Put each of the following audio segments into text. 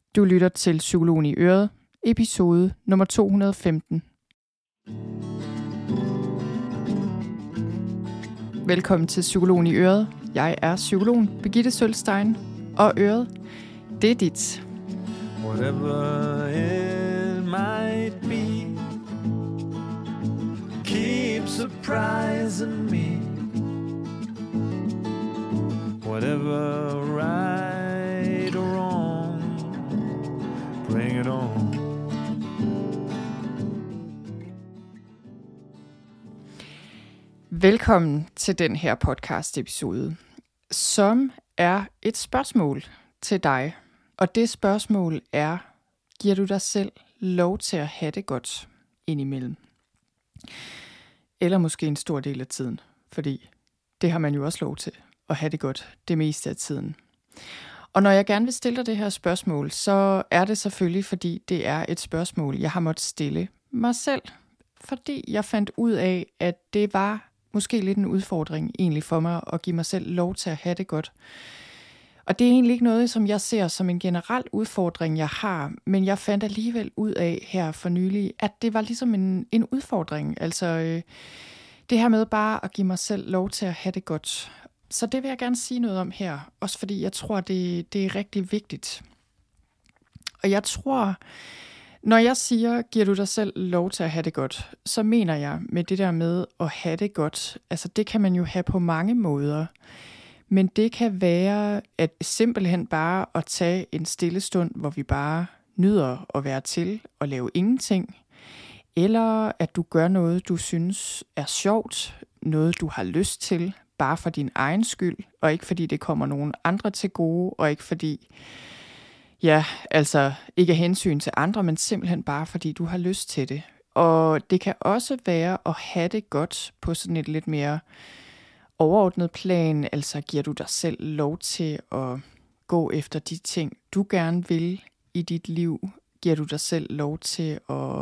Du lytter til Psykologen i Øret, episode nummer 215. Velkommen til Psykologen i Øret. Jeg er psykologen Birgitte Sølstein, og Øret, det er dit. Whatever it might be, keep surprising me. Whatever right or wrong, bring it on. Velkommen til den her podcast episode, som er et spørgsmål til dig. Og det spørgsmål er, giver du dig selv lov til at have det godt indimellem? Eller måske en stor del af tiden, fordi det har man jo også lov til at have det godt det meste af tiden. Og når jeg gerne vil stille dig det her spørgsmål, så er det selvfølgelig, fordi det er et spørgsmål, jeg har måttet stille mig selv. Fordi jeg fandt ud af, at det var måske lidt en udfordring egentlig for mig at give mig selv lov til at have det godt. Og det er egentlig ikke noget, som jeg ser som en generel udfordring, jeg har, men jeg fandt alligevel ud af her for nylig, at det var ligesom en udfordring. Altså det her med bare at give mig selv lov til at have det godt. Så det vil jeg gerne sige noget om her, også fordi jeg tror, det er rigtig vigtigt. Og jeg tror, når jeg siger, giver du dig selv lov til at have det godt, så mener jeg med det der med at have det godt, altså det kan man jo have på mange måder. Men det kan være at simpelthen bare at tage en stille stund, hvor vi bare nyder at være til og lave ingenting. Eller at du gør noget, du synes er sjovt, noget du har lyst til, bare for din egen skyld, og ikke fordi det kommer nogen andre til gode, og ikke fordi, ikke af hensyn til andre, men simpelthen bare fordi du har lyst til det. Og det kan også være at have det godt på sådan et lidt mere overordnet plan, altså giver du dig selv lov til at gå efter de ting, du gerne vil i dit liv? Giver du dig selv lov til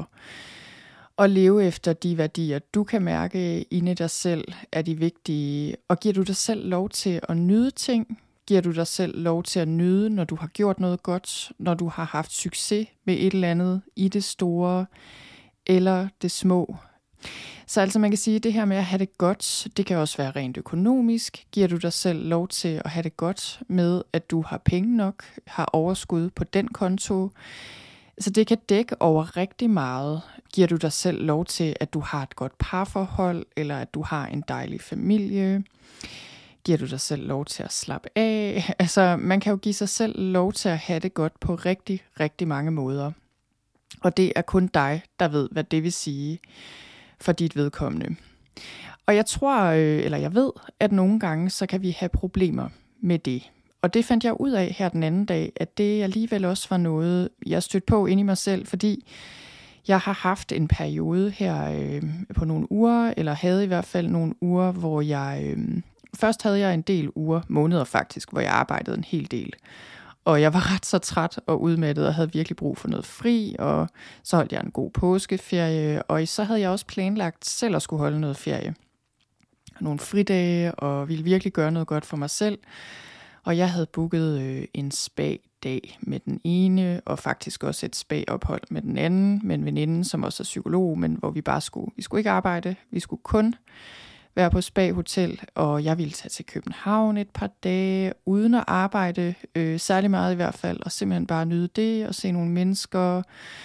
at leve efter de værdier, du kan mærke inde i dig selv, er de vigtige? Og giver du dig selv lov til at nyde ting? Giver du dig selv lov til at nyde, når du har gjort noget godt, når du har haft succes med et eller andet i det store eller det små? Så altså man kan sige, at det her med at have det godt, det kan også være rent økonomisk. Giver du dig selv lov til at have det godt med, at du har penge nok, har overskud på den konto? Så det kan dække over rigtig meget. Giver du dig selv lov til, at du har et godt parforhold, eller at du har en dejlig familie? Giver du dig selv lov til at slappe af? Altså man kan jo give sig selv lov til at have det godt på rigtig, rigtig mange måder. Og det er kun dig, der ved, hvad det vil sige for dit vedkommende. Og jeg tror, jeg ved, at nogle gange, så kan vi have problemer med det. Og det fandt jeg ud af her den anden dag, at det alligevel også var noget, jeg stødte på inde i mig selv, fordi jeg har haft en periode her på nogle uger, eller havde i hvert fald nogle uger, hvor jeg... Først havde jeg en del uger, måneder faktisk, hvor jeg arbejdede en hel del. Og jeg var ret så træt og udmattet og havde virkelig brug for noget fri, og så holdt jeg en god påskeferie, og så havde jeg også planlagt selv at skulle holde noget ferie. Nogle fridage, og ville virkelig gøre noget godt for mig selv. Og jeg havde booket en spa-dag med den ene, og faktisk også et spa-ophold med den anden, med en veninde, som også er psykolog, men hvor vi skulle ikke arbejde, vi skulle kun være på spa-hotel, og jeg ville tage til København et par dage, uden at arbejde, særlig meget i hvert fald, og simpelthen bare nyde det, og se nogle mennesker.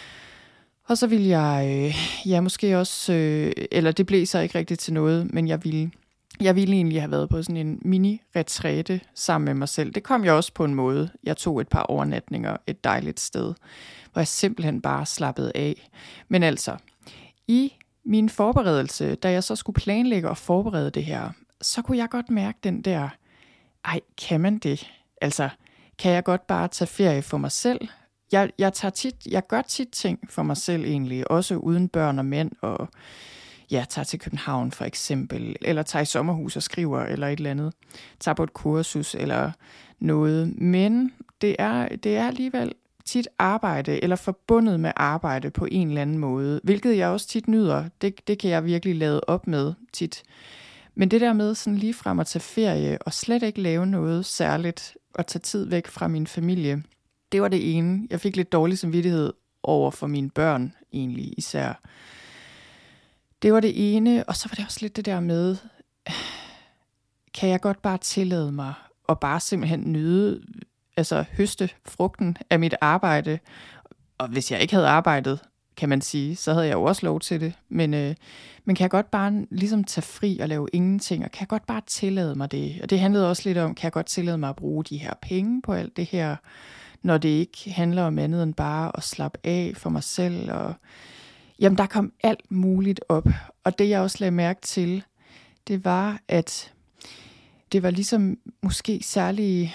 Og så ville jeg, måske også, eller det blev så ikke rigtigt til noget, men jeg ville egentlig have været på sådan en mini-retræte sammen med mig selv. Det kom jeg også på en måde. Jeg tog et par overnatninger et dejligt sted, hvor jeg simpelthen bare slappede af. Men altså, i min forberedelse, da jeg så skulle planlægge og forberede det her, så kunne jeg godt mærke den der, kan man det? Altså, kan jeg godt bare tage ferie for mig selv? Jeg gør tit ting for mig selv egentlig, også uden børn og mænd, og tager til København for eksempel, eller tager i sommerhus og skriver, eller et eller andet. Tager på et kursus, eller noget. Men det er alligevel tit arbejde, eller forbundet med arbejde på en eller anden måde, hvilket jeg også tit nyder. Det kan jeg virkelig lade op med tit. Men det der med sådan lige frem at tage ferie, og slet ikke lave noget særligt, og tage tid væk fra min familie, Det var det ene. Jeg fik lidt dårlig samvittighed over for mine børn, egentlig især. Det var det ene, og så var det også lidt det der med, kan jeg godt bare tillade mig at bare simpelthen nyde, altså høste frugten af mit arbejde. Og hvis jeg ikke havde arbejdet, kan man sige, så havde jeg jo også lov til det. Men kan jeg godt bare ligesom tage fri og lave ingenting, og kan jeg godt bare tillade mig det? Og det handlede også lidt om, kan jeg godt tillade mig at bruge de her penge på alt det her, når det ikke handler om andet end bare at slappe af for mig selv. Og jamen, der kom alt muligt op. Og det jeg også lagde mærke til, det var, at det var ligesom måske særligt.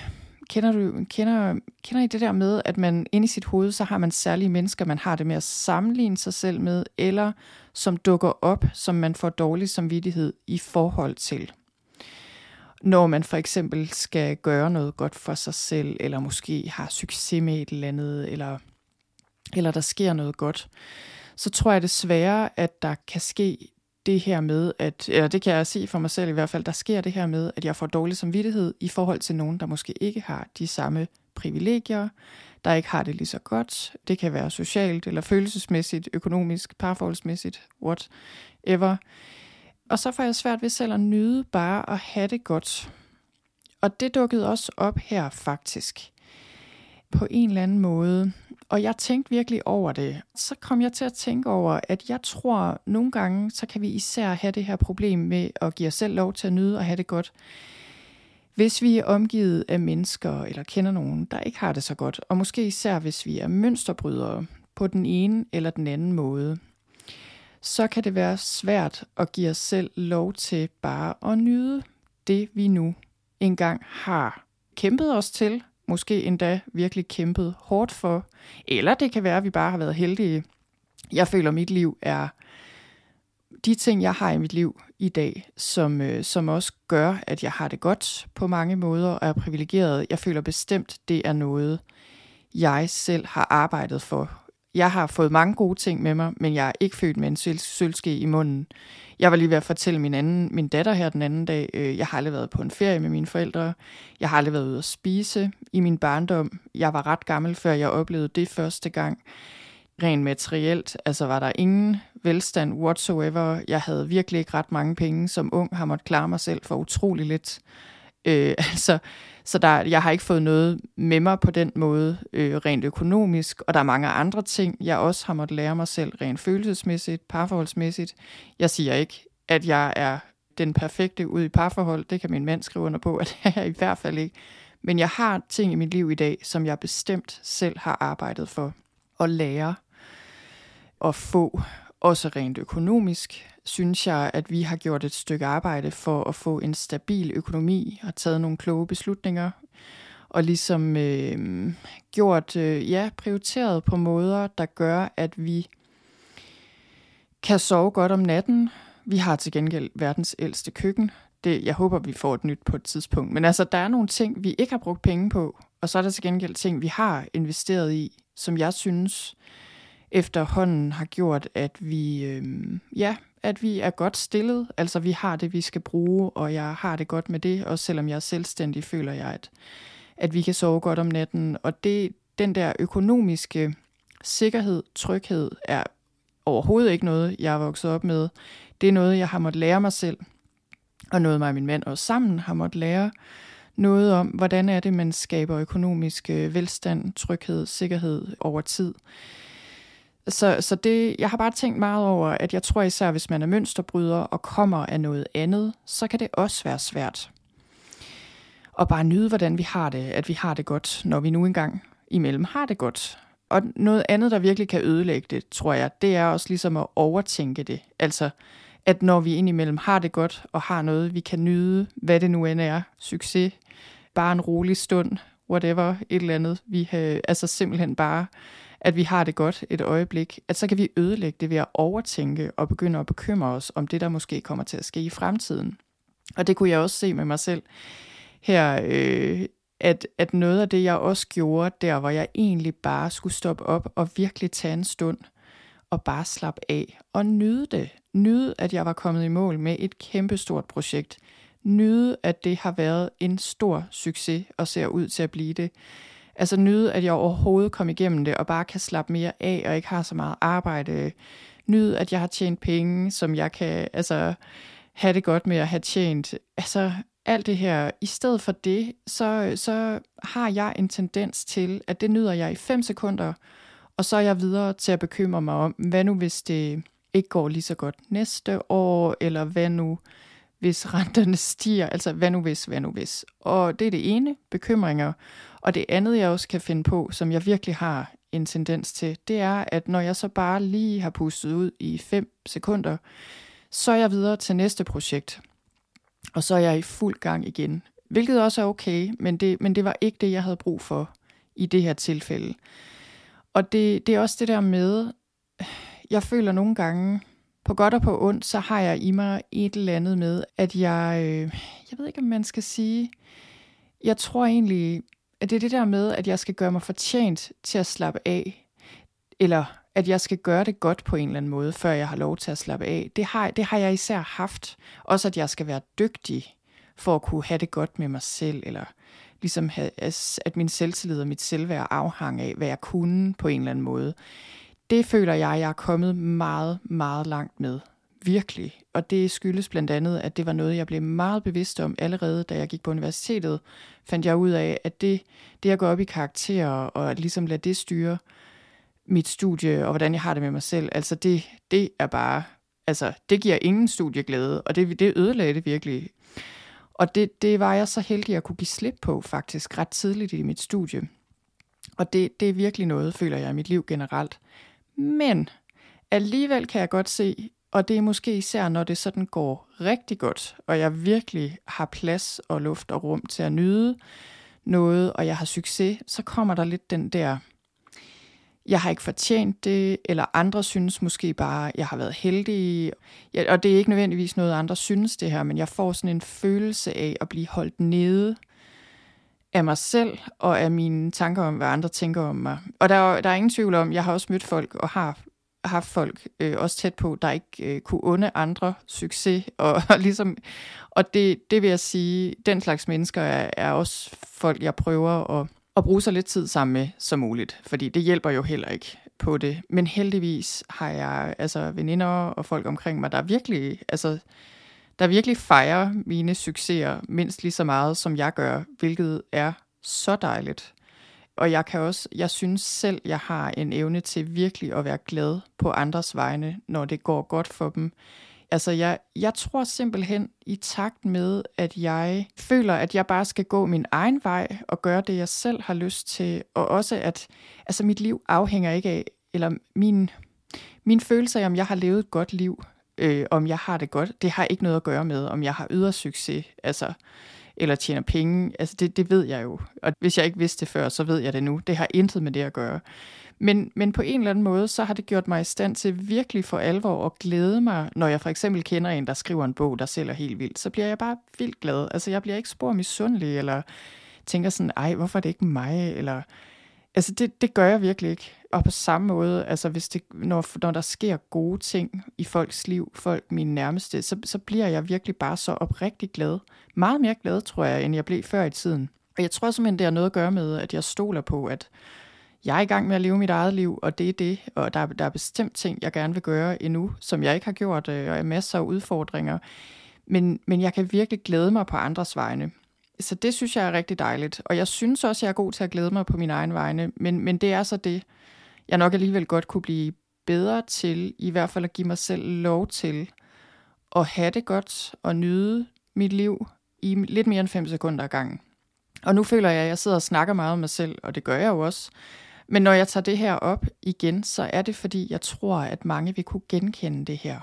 Kender I det der med, at man inde i sit hoved, så har man særlige mennesker, man har det med at sammenligne sig selv med, eller som dukker op, som man får dårlig samvittighed i forhold til. Når man for eksempel skal gøre noget godt for sig selv, eller måske har succes med et eller andet, eller der sker noget godt, så tror jeg desværre, at der kan ske det her med, eller det kan jeg se for mig selv i hvert fald, der sker det her med, at jeg får dårlig samvittighed i forhold til nogen, der måske ikke har de samme privilegier, der ikke har det lige så godt. Det kan være socialt eller følelsesmæssigt, økonomisk, parforholdsmæssigt, whatever. Og så får jeg svært ved selv at nyde bare at have det godt. Og det dukkede også op her faktisk, på en eller anden måde. Og jeg tænkte virkelig over det. Så kom jeg til at tænke over, at jeg tror, nogle gange, så kan vi især have det her problem med at give os selv lov til at nyde og have det godt. Hvis vi er omgivet af mennesker, eller kender nogen, der ikke har det så godt, og måske især hvis vi er mønsterbrydere på den ene eller den anden måde, så kan det være svært at give os selv lov til bare at nyde det, vi nu engang har kæmpet os til, måske endda virkelig kæmpet hårdt for, eller det kan være, at vi bare har været heldige. Jeg føler, at mit liv er de ting, jeg har i mit liv i dag, som også gør, at jeg har det godt på mange måder og er privilegeret. Jeg føler bestemt, det er noget, jeg selv har arbejdet for. Jeg har fået mange gode ting med mig, men jeg er ikke født med en sølvske i munden. Jeg var lige ved at fortælle min datter her den anden dag, jeg har aldrig været på en ferie med mine forældre. Jeg har aldrig været ude at spise i min barndom. Jeg var ret gammel, før jeg oplevede det første gang. Rent materielt, altså var der ingen velstand whatsoever. Jeg havde virkelig ikke ret mange penge. Som ung har måttet klare mig selv for utrolig lidt. Jeg har ikke fået noget med mig på den måde, rent økonomisk, og der er mange andre ting, jeg også har måttet lære mig selv, rent følelsesmæssigt, parforholdsmæssigt. Jeg siger ikke, at jeg er den perfekte ude i parforhold, det kan min mand skrive under på, at det er jeg i hvert fald ikke. Men jeg har ting i mit liv i dag, som jeg bestemt selv har arbejdet for at lære og få. Også rent økonomisk synes jeg, at vi har gjort et stykke arbejde for at få en stabil økonomi og taget nogle kloge beslutninger og ligesom prioriteret på måder, der gør, at vi kan sove godt om natten. Vi har til gengæld verdens ældste køkken. Jeg håber, vi får et nyt på et tidspunkt. Men altså, der er nogle ting, vi ikke har brugt penge på, og så er der til gengæld ting, vi har investeret i, som jeg synes efterhånden har gjort, at vi er godt stillet. Altså, vi har det, vi skal bruge, og jeg har det godt med det. Og selvom jeg er selvstændig, føler jeg, at vi kan sove godt om natten. Og den der økonomiske sikkerhed, tryghed, er overhovedet ikke noget, jeg er vokset op med. Det er noget, jeg har måttet lære mig selv, og noget mig og min mand også sammen har måttet lære noget om, hvordan er det, man skaber økonomisk velstand, tryghed, sikkerhed over tid. Så det, jeg har bare tænkt meget over, at jeg tror især, hvis man er mønsterbryder og kommer af noget andet, så kan det også være svært. Og bare nyde, hvordan vi har det, at vi har det godt, når vi nu engang imellem har det godt. Og noget andet, der virkelig kan ødelægge det, tror jeg, det er også ligesom at overtænke det. Altså, at når vi indimellem har det godt og har noget, vi kan nyde, hvad det nu end er, succes, bare en rolig stund, whatever, et eller andet, altså simpelthen bare, at vi har det godt et øjeblik, at så kan vi ødelægge det ved at overtænke og begynde at bekymre os om det, der måske kommer til at ske i fremtiden. Og det kunne jeg også se med mig selv her, at noget af det, jeg også gjorde der, hvor jeg egentlig bare skulle stoppe op og virkelig tage en stund og bare slappe af og nyde det. Nyde, at jeg var kommet i mål med et kæmpestort projekt. Nyde, at det har været en stor succes og ser ud til at blive det. Altså nyde, at jeg overhovedet kom igennem det, og bare kan slappe mere af, og ikke har så meget arbejde. Nyde, at jeg har tjent penge, som jeg kan have det godt med at have tjent. Altså alt det her. I stedet for det, så har jeg en tendens til, at det nyder jeg i 5 sekunder, og så er jeg videre til at bekymre mig om, hvad nu hvis det ikke går lige så godt næste år, eller hvad nu hvis renterne stiger, altså hvad nu hvis. Og det er det ene, bekymringer. Og det andet, jeg også kan finde på, som jeg virkelig har en tendens til, det er, at når jeg så bare lige har pustet ud i 5 sekunder, så er jeg videre til næste projekt. Og så er jeg i fuld gang igen. Hvilket også er okay, men det var ikke det, jeg havde brug for i det her tilfælde. Og det er også det der med, jeg føler nogle gange, på godt og på ondt, så har jeg i mig et eller andet med, at jeg ved ikke, om man skal sige, jeg tror egentlig, at det er det der med, at jeg skal gøre mig fortjent til at slappe af, eller at jeg skal gøre det godt på en eller anden måde, før jeg har lov til at slappe af. Det har jeg især haft. Også at jeg skal være dygtig for at kunne have det godt med mig selv, eller ligesom at min selvtillid og mit selvværd afhang af, hvad jeg kunne på en eller anden måde. Det føler jeg er kommet meget, meget langt med. Virkelig. Og det skyldes blandt andet, at det var noget, jeg blev meget bevidst om allerede, da jeg gik på universitetet. Fandt jeg ud af, at det at gå op i karakterer og ligesom lade det styre mit studie og hvordan jeg har det med mig selv, altså det er bare, altså det giver ingen studieglæde, og det ødelagde det virkelig. Og det var jeg så heldig at kunne give slip på faktisk ret tidligt i mit studie. Og det er virkelig noget, føler jeg, i mit liv generelt. Men alligevel kan jeg godt se, og det er måske især, når det sådan går rigtig godt, og jeg virkelig har plads og luft og rum til at nyde noget, og jeg har succes, så kommer der lidt den der, jeg har ikke fortjent det, eller andre synes måske bare, jeg har været heldig. Ja, og det er ikke nødvendigvis noget, andre synes det her, men jeg får sådan en følelse af at blive holdt nede af mig selv, og af mine tanker om, hvad andre tænker om mig. Og der er ingen tvivl om, jeg har også mødt folk, og har haft folk også tæt på, der ikke kunne unde andre succes. Og det vil jeg sige, den slags mennesker er også folk, jeg prøver at bruge så lidt tid sammen med som muligt, fordi det hjælper jo heller ikke på det. Men heldigvis har jeg altså veninder og folk omkring mig, der virkelig fejrer mine succeser mindst lige så meget, som jeg gør, hvilket er så dejligt. Og jeg synes selv, jeg har en evne til virkelig at være glad på andres vegne, når det går godt for dem. Altså jeg tror simpelthen i takt med, at jeg føler, at jeg bare skal gå min egen vej og gøre det, jeg selv har lyst til. Og også at altså mit liv afhænger ikke af, eller min følelse af, om jeg har levet et godt liv, om jeg har det godt, det har ikke noget at gøre med, om jeg har ydersucces, altså, eller tjener penge. Altså det ved jeg jo. Og hvis jeg ikke vidste det før, så ved jeg det nu. Det har intet med det at gøre. Men på en eller anden måde, så har det gjort mig i stand til virkelig for alvor at glæde mig, når jeg for eksempel kender en, der skriver en bog, der sælger helt vildt, så bliver jeg bare vildt glad. Altså jeg bliver ikke spor misundelig, eller tænker sådan, ej, hvorfor er det ikke mig? Eller, altså det gør jeg virkelig ikke. Og på samme måde, altså når der sker gode ting i folks liv, folk mine nærmeste, så bliver jeg virkelig bare så oprigtigt glad. Meget mere glad, tror jeg, end jeg blev før i tiden. Og jeg tror simpelthen, det har noget at gøre med, at jeg stoler på, at jeg er i gang med at leve mit eget liv, og det er det, og der er bestemt ting, jeg gerne vil gøre endnu, som jeg ikke har gjort, og er masser af udfordringer. Men jeg kan virkelig glæde mig på andres vegne. Så det synes jeg er rigtig dejligt. Og jeg synes også, jeg er god til at glæde mig på min egen vegne, men det er så det, jeg nok alligevel godt kunne blive bedre til, i hvert fald at give mig selv lov til at have det godt og nyde mit liv i lidt mere end 5 sekunder ad gangen. Og nu føler jeg, at jeg sidder og snakker meget om mig selv, og det gør jeg jo også. Men når jeg tager det her op igen, så er det fordi, jeg tror, at mange vil kunne genkende det her.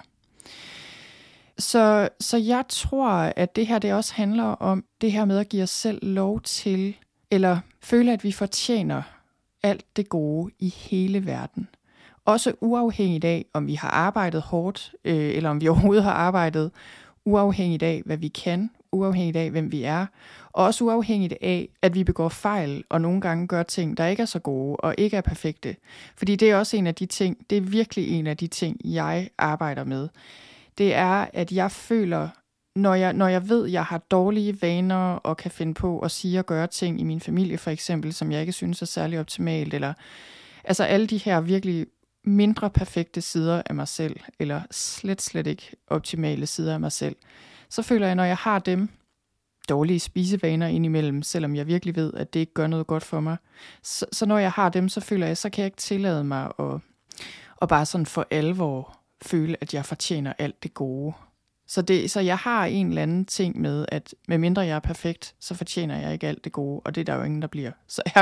Så jeg tror, at det her det også handler om det her med at give os selv lov til, eller føle, at vi fortjener alt det gode i hele verden. Også uafhængigt af, om vi har arbejdet hårdt, eller om vi overhovedet har arbejdet, uafhængigt af, hvad vi kan, uafhængigt af, hvem vi er, og også uafhængigt af, at vi begår fejl, og nogle gange gør ting, der ikke er så gode, og ikke er perfekte. Fordi det er også en af de ting, det er virkelig en af de ting, jeg arbejder med. Det er, at jeg føler, når jeg ved, at jeg har dårlige vaner og kan finde på at sige og gøre ting i min familie for eksempel, som jeg ikke synes er særlig optimalt, eller altså alle de her virkelig mindre perfekte sider af mig selv, eller slet ikke optimale sider af mig selv, så føler jeg, når jeg har dem, dårlige spisevaner indimellem, selvom jeg virkelig ved, at det ikke gør noget godt for mig, så når jeg har dem, så føler jeg, så kan jeg ikke tillade mig at bare sådan for alvor føle, at jeg fortjener alt det gode. Så jeg har en eller anden ting med, at medmindre jeg er perfekt, så fortjener jeg ikke alt det gode, og det er der jo ingen, der bliver.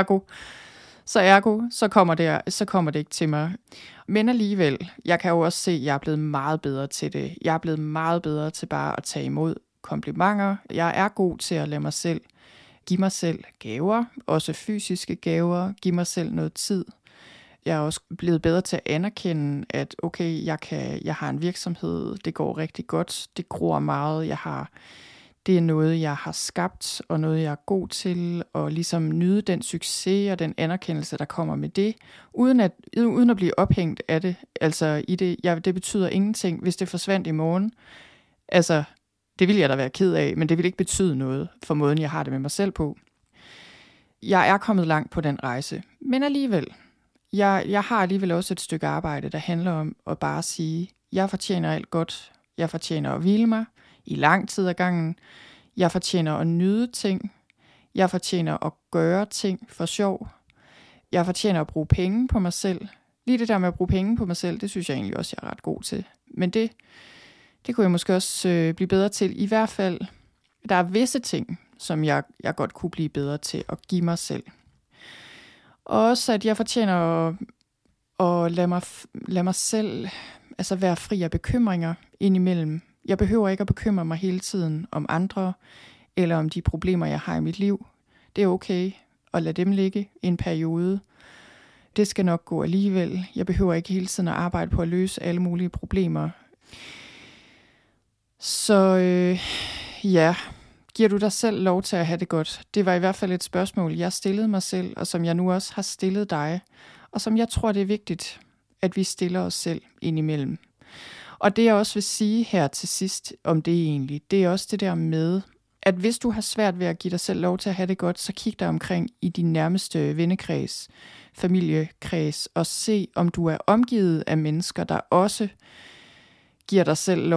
Så kommer det ikke til mig. Men alligevel, jeg kan jo også se, at jeg er blevet meget bedre til det. Jeg er blevet meget bedre til bare at tage imod komplimenter. Jeg er god til at give mig selv gaver, også fysiske gaver, give mig selv noget tid. Jeg er også blevet bedre til at anerkende, at okay, jeg har en virksomhed, det går rigtig godt, det gror meget, det er noget, jeg har skabt, og noget, jeg er god til, og ligesom nyde den succes og den anerkendelse, der kommer med det, uden at blive ophængt af det. Altså det betyder ingenting, hvis det forsvandt i morgen. Altså, det ville jeg da være ked af, men det vil ikke betyde noget for måden, jeg har det med mig selv på. Jeg er kommet langt på den rejse, men alligevel, jeg har alligevel også et stykke arbejde, der handler om at bare sige, jeg fortjener alt godt, jeg fortjener at hvile mig i lang tid ad gangen, jeg fortjener at nyde ting, jeg fortjener at gøre ting for sjov, jeg fortjener at bruge penge på mig selv. Lige det der med at bruge penge på mig selv, det synes jeg egentlig også, jeg er ret god til. Men det kunne jeg måske også blive bedre til. I hvert fald, der er visse ting, som jeg godt kunne blive bedre til at give mig selv. Og også, at jeg fortjener at lade mig selv altså være fri af bekymringer indimellem. Jeg behøver ikke at bekymre mig hele tiden om andre, eller om de problemer, jeg har i mit liv. Det er okay at lade dem ligge i en periode. Det skal nok gå alligevel. Jeg behøver ikke hele tiden at arbejde på at løse alle mulige problemer. Så giver du dig selv lov til at have det godt? Det var i hvert fald et spørgsmål, jeg stillede mig selv, og som jeg nu også har stillet dig, og som jeg tror, det er vigtigt, at vi stiller os selv indimellem. Og det jeg også vil sige her til sidst om det egentlig, det er også det der med, at hvis du har svært ved at give dig selv lov til at have det godt, så kig dig omkring i din nærmeste vennekreds, familiekreds, og se, om du er omgivet af mennesker, der også giver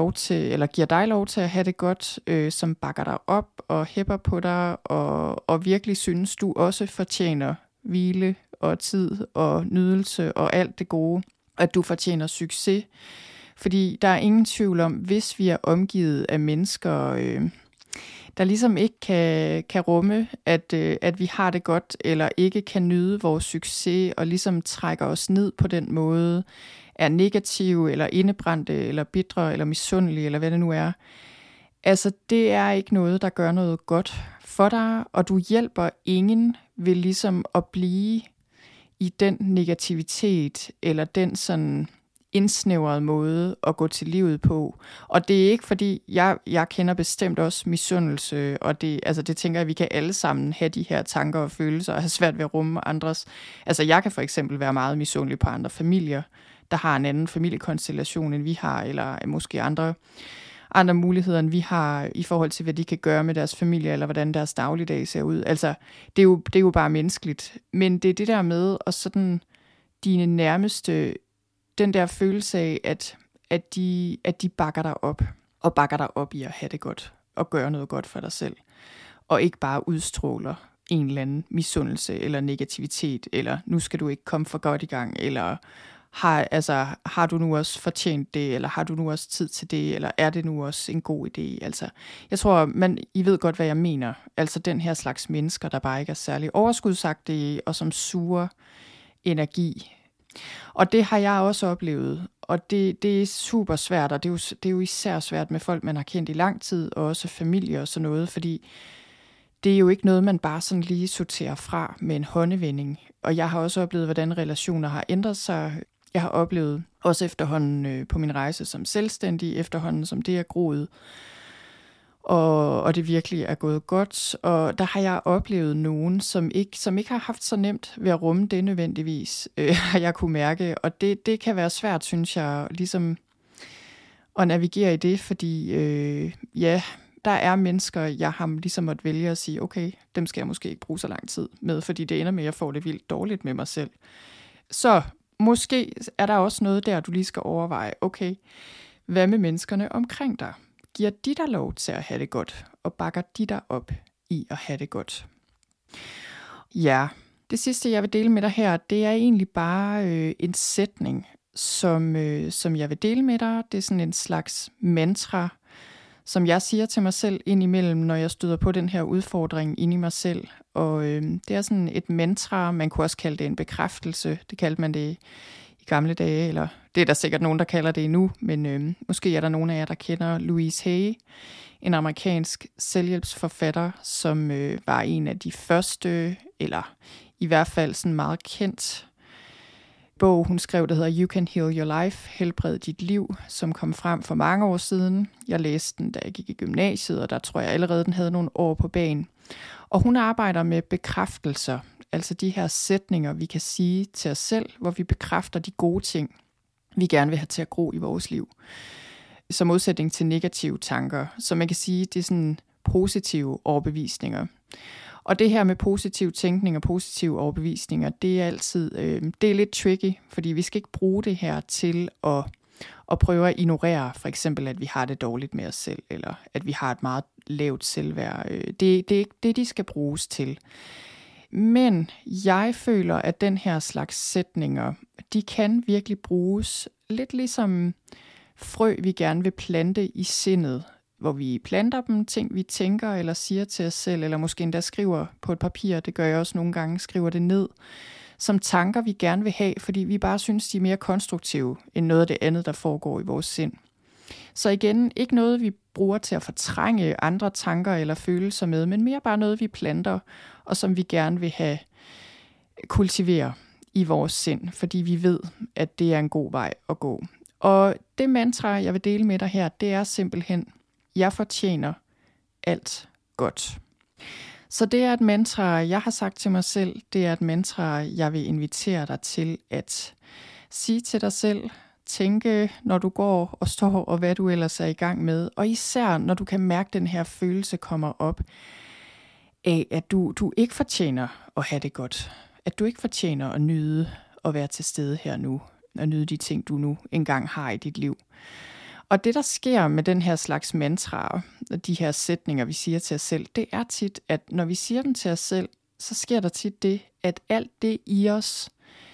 dig lov til at have det godt, som bakker dig op og hæpper på dig, og virkelig synes, du også fortjener hvile og tid og nydelse og alt det gode, at du fortjener succes. Fordi der er ingen tvivl om, hvis vi er omgivet af mennesker, der ligesom ikke kan rumme, at vi har det godt, eller ikke kan nyde vores succes, og ligesom trækker os ned på den måde, er negative, eller indebrændte, eller bitre, eller misundelige, eller hvad det nu er. Altså, det er ikke noget, der gør noget godt for dig, og du hjælper ingen ved ligesom at blive i den negativitet, eller den sådan indsnævrede måde at gå til livet på. Og det er ikke fordi, jeg kender bestemt også misundelse, og det tænker jeg, vi kan alle sammen have de her tanker og følelser, og have svært ved at rumme andres. Altså jeg kan for eksempel være meget misundelig på andre familier, der har en anden familiekonstellation, end vi har, eller måske andre muligheder, end vi har, i forhold til, hvad de kan gøre med deres familie, eller hvordan deres dagligdag ser ud. Altså, det er jo bare menneskeligt. Men det er det der med, og sådan dine nærmeste, den der følelse af, at de bakker dig op, og bakker dig op i at have det godt, og gøre noget godt for dig selv, og ikke bare udstråler en eller misundelse, eller negativitet, eller nu skal du ikke komme for godt i gang, eller har du nu også fortjent det, eller har du nu også tid til det, eller er det nu også en god idé? Altså, jeg tror, I ved godt, hvad jeg mener. Altså den her slags mennesker, der bare ikke er særlig overskudsagtige, og som suger energi. Og det har jeg også oplevet, og det er super svært, og det er jo især svært med folk, man har kendt i lang tid, og også familie og sådan noget, fordi det er jo ikke noget, man bare sådan lige sorterer fra med en håndevending. Og jeg har også oplevet, hvordan relationer har ændret sig. Jeg har oplevet også efterhånden på min rejse som selvstændig, efterhånden som det er groet, og det virkelig er gået godt. Og der har jeg oplevet nogen, som ikke har haft så nemt ved at rumme det nødvendigvis, har jeg kunne mærke. Og det kan være svært, synes jeg, ligesom at navigere i det, fordi der er mennesker, jeg har ligesom måtte vælge at sige, okay, dem skal jeg måske ikke bruge så lang tid med, fordi det ender med, at jeg får det vildt dårligt med mig selv. Så måske er der også noget der, du lige skal overveje, okay, hvad med menneskerne omkring dig? Giver de dig lov til at have det godt, og bakker de dig op i at have det godt? Ja, det sidste, jeg vil dele med dig her, det er egentlig bare en sætning, som jeg vil dele med dig. Det er sådan en slags mantra, som jeg siger til mig selv indimellem, når jeg støder på den her udfordring inde i mig selv. Og det er sådan et mantra, man kunne også kalde det en bekræftelse. Det kaldte man det i gamle dage, eller det er der sikkert nogen, der kalder det endnu, men måske er der nogen af jer, der kender Louise Hay, en amerikansk selvhjælpsforfatter, som var en af de første, eller i hvert fald sådan meget kendt bog, hun skrev, der hedder You Can Heal Your Life, Helbred dit liv, som kom frem for mange år siden. Jeg læste den, da jeg gik i gymnasiet, og der tror jeg allerede, den havde nogle år på bagen. Og hun arbejder med bekræftelser, altså de her sætninger, vi kan sige til os selv, hvor vi bekræfter de gode ting, vi gerne vil have til at gro i vores liv. Som modsætning til negative tanker. Så man kan sige, det er sådan positive overbevisninger. Og det her med positiv tænkning og positive overbevisninger, det er altid det er lidt tricky, fordi vi skal ikke bruge det her til at prøve at ignorere, for eksempel at vi har det dårligt med os selv, eller at vi har et meget lavt selvværd. Det er ikke det, de skal bruges til. Men jeg føler, at den her slags sætninger, de kan virkelig bruges lidt ligesom frø, vi gerne vil plante i sindet, hvor vi planter dem, ting vi tænker eller siger til os selv, eller måske endda skriver på et papir, det gør jeg også nogle gange, skriver det ned, som tanker vi gerne vil have, fordi vi bare synes, de er mere konstruktive end noget af det andet, der foregår i vores sind. Så igen, ikke noget vi bruger til at fortrænge andre tanker eller følelser med, men mere bare noget vi planter, og som vi gerne vil have kultivere i vores sind, fordi vi ved, at det er en god vej at gå. Og det mantra, jeg vil dele med dig her, det er simpelthen, jeg fortjener alt godt. Så det er et mantra, jeg har sagt til mig selv. Det er et mantra, jeg vil invitere dig til at sige til dig selv. Tænke, når du går og står, og hvad du ellers er i gang med. Og især, når du kan mærke, at den her følelse kommer op af, at du ikke fortjener at have det godt. At du ikke fortjener at nyde at være til stede her nu. Og nyde de ting, du nu engang har i dit liv. Og det, der sker med den her slags mantraer, de her sætninger, vi siger til os selv, det er tit, at når vi siger dem til os selv, så sker der tit det, at alt det i os,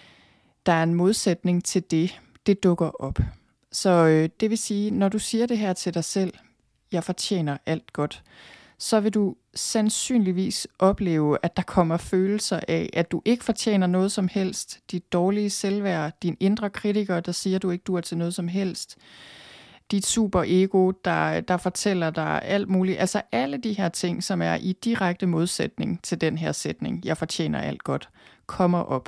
der er en modsætning til det dukker op. Så det vil sige, når du siger det her til dig selv, jeg fortjener alt godt, så vil du sandsynligvis opleve, at der kommer følelser af, at du ikke fortjener noget som helst. Dit dårlige selvværd, din indre kritiker, der siger, at du ikke duer til noget som helst. Dit superego, der fortæller dig alt muligt. Altså alle de her ting, som er i direkte modsætning til den her sætning, jeg fortjener alt godt, kommer op.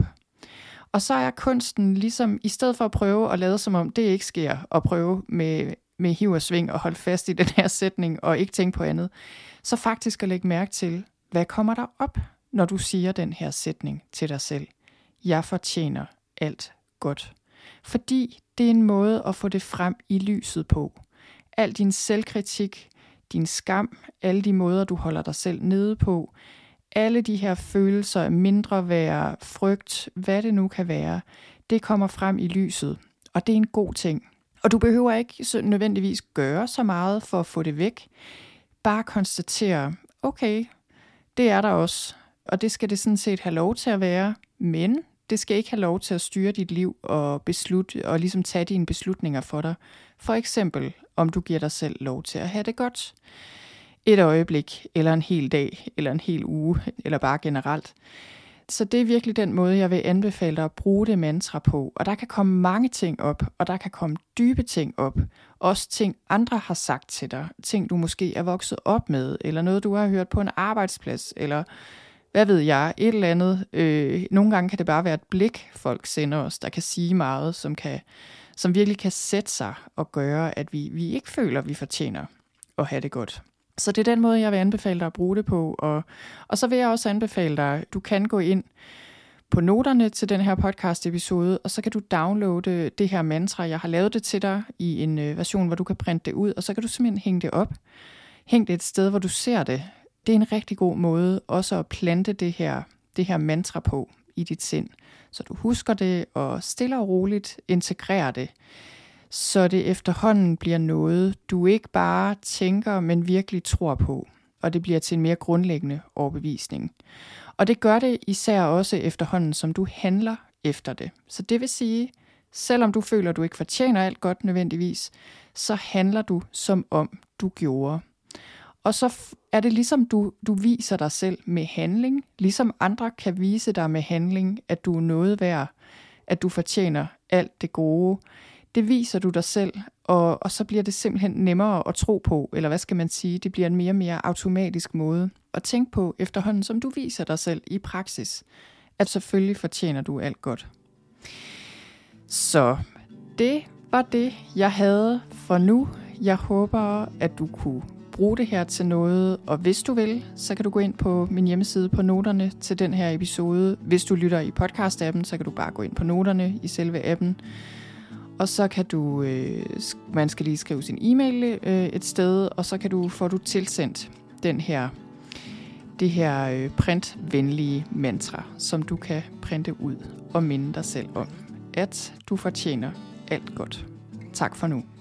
Og så er kunsten ligesom, i stedet for at prøve at lade som om det ikke sker, og prøve med hiv og sving og holde fast i den her sætning og ikke tænke på andet, så faktisk at lægge mærke til, hvad kommer der op, når du siger den her sætning til dig selv. Jeg fortjener alt godt. Fordi det er en måde at få det frem i lyset på. Al din selvkritik, din skam, alle de måder, du holder dig selv nede på, alle de her følelser af mindre værd, frygt, hvad det nu kan være, det kommer frem i lyset. Og det er en god ting. Og du behøver ikke nødvendigvis gøre så meget for at få det væk. Bare konstatere, okay, det er der også. Og det skal det sådan set have lov til at være. Men det skal ikke have lov til at styre dit liv og beslutte og ligesom tage dine beslutninger for dig. For eksempel, om du giver dig selv lov til at have det godt. Et øjeblik, eller en hel dag, eller en hel uge, eller bare generelt. Så det er virkelig den måde, jeg vil anbefale dig at bruge det mantra på. Og der kan komme mange ting op, og der kan komme dybe ting op. Også ting, andre har sagt til dig. Ting, du måske er vokset op med, eller noget, du har hørt på en arbejdsplads, eller hvad ved jeg, et eller andet. Nogle gange kan det bare være et blik, folk sender os, der kan sige meget, som virkelig kan sætte sig og gøre, at vi ikke føler, at vi fortjener at have det godt. Så det er den måde, jeg vil anbefale dig at bruge det på. Og så vil jeg også anbefale dig, at du kan gå ind på noterne til den her podcast-episode, og så kan du downloade det her mantra. Jeg har lavet det til dig i en version, hvor du kan printe det ud, og så kan du simpelthen hænge det op Hæng det et sted, hvor du ser det. Det er en rigtig god måde også at plante det her mantra på i dit sind. Så du husker det og stille og roligt integrerer det. Så det efterhånden bliver noget, du ikke bare tænker, men virkelig tror på. Og det bliver til en mere grundlæggende overbevisning. Og det gør det især også efterhånden, som du handler efter det. Så det vil sige, selvom du føler, at du ikke fortjener alt godt nødvendigvis, så handler du som om du gjorde. Og så er det ligesom du viser dig selv med handling, ligesom andre kan vise dig med handling, at du er noget værd, at du fortjener alt det gode. Det viser du dig selv, og så bliver det simpelthen nemmere at tro på, eller hvad skal man sige, det bliver en mere og mere automatisk måde at tænke på efterhånden, som du viser dig selv i praksis, at selvfølgelig fortjener du alt godt. Så det var det, jeg havde for nu. Jeg håber, at du kunne bruge det her til noget, og hvis du vil, så kan du gå ind på min hjemmeside på noterne til den her episode. Hvis du lytter i podcast-appen, så kan du bare gå ind på noterne i selve appen. Og så kan du, man skal lige skrive sin e-mail et sted, og så får du tilsendt det her printvenlige mantra, som du kan printe ud og minde dig selv om, at du fortjener alt godt. Tak for nu.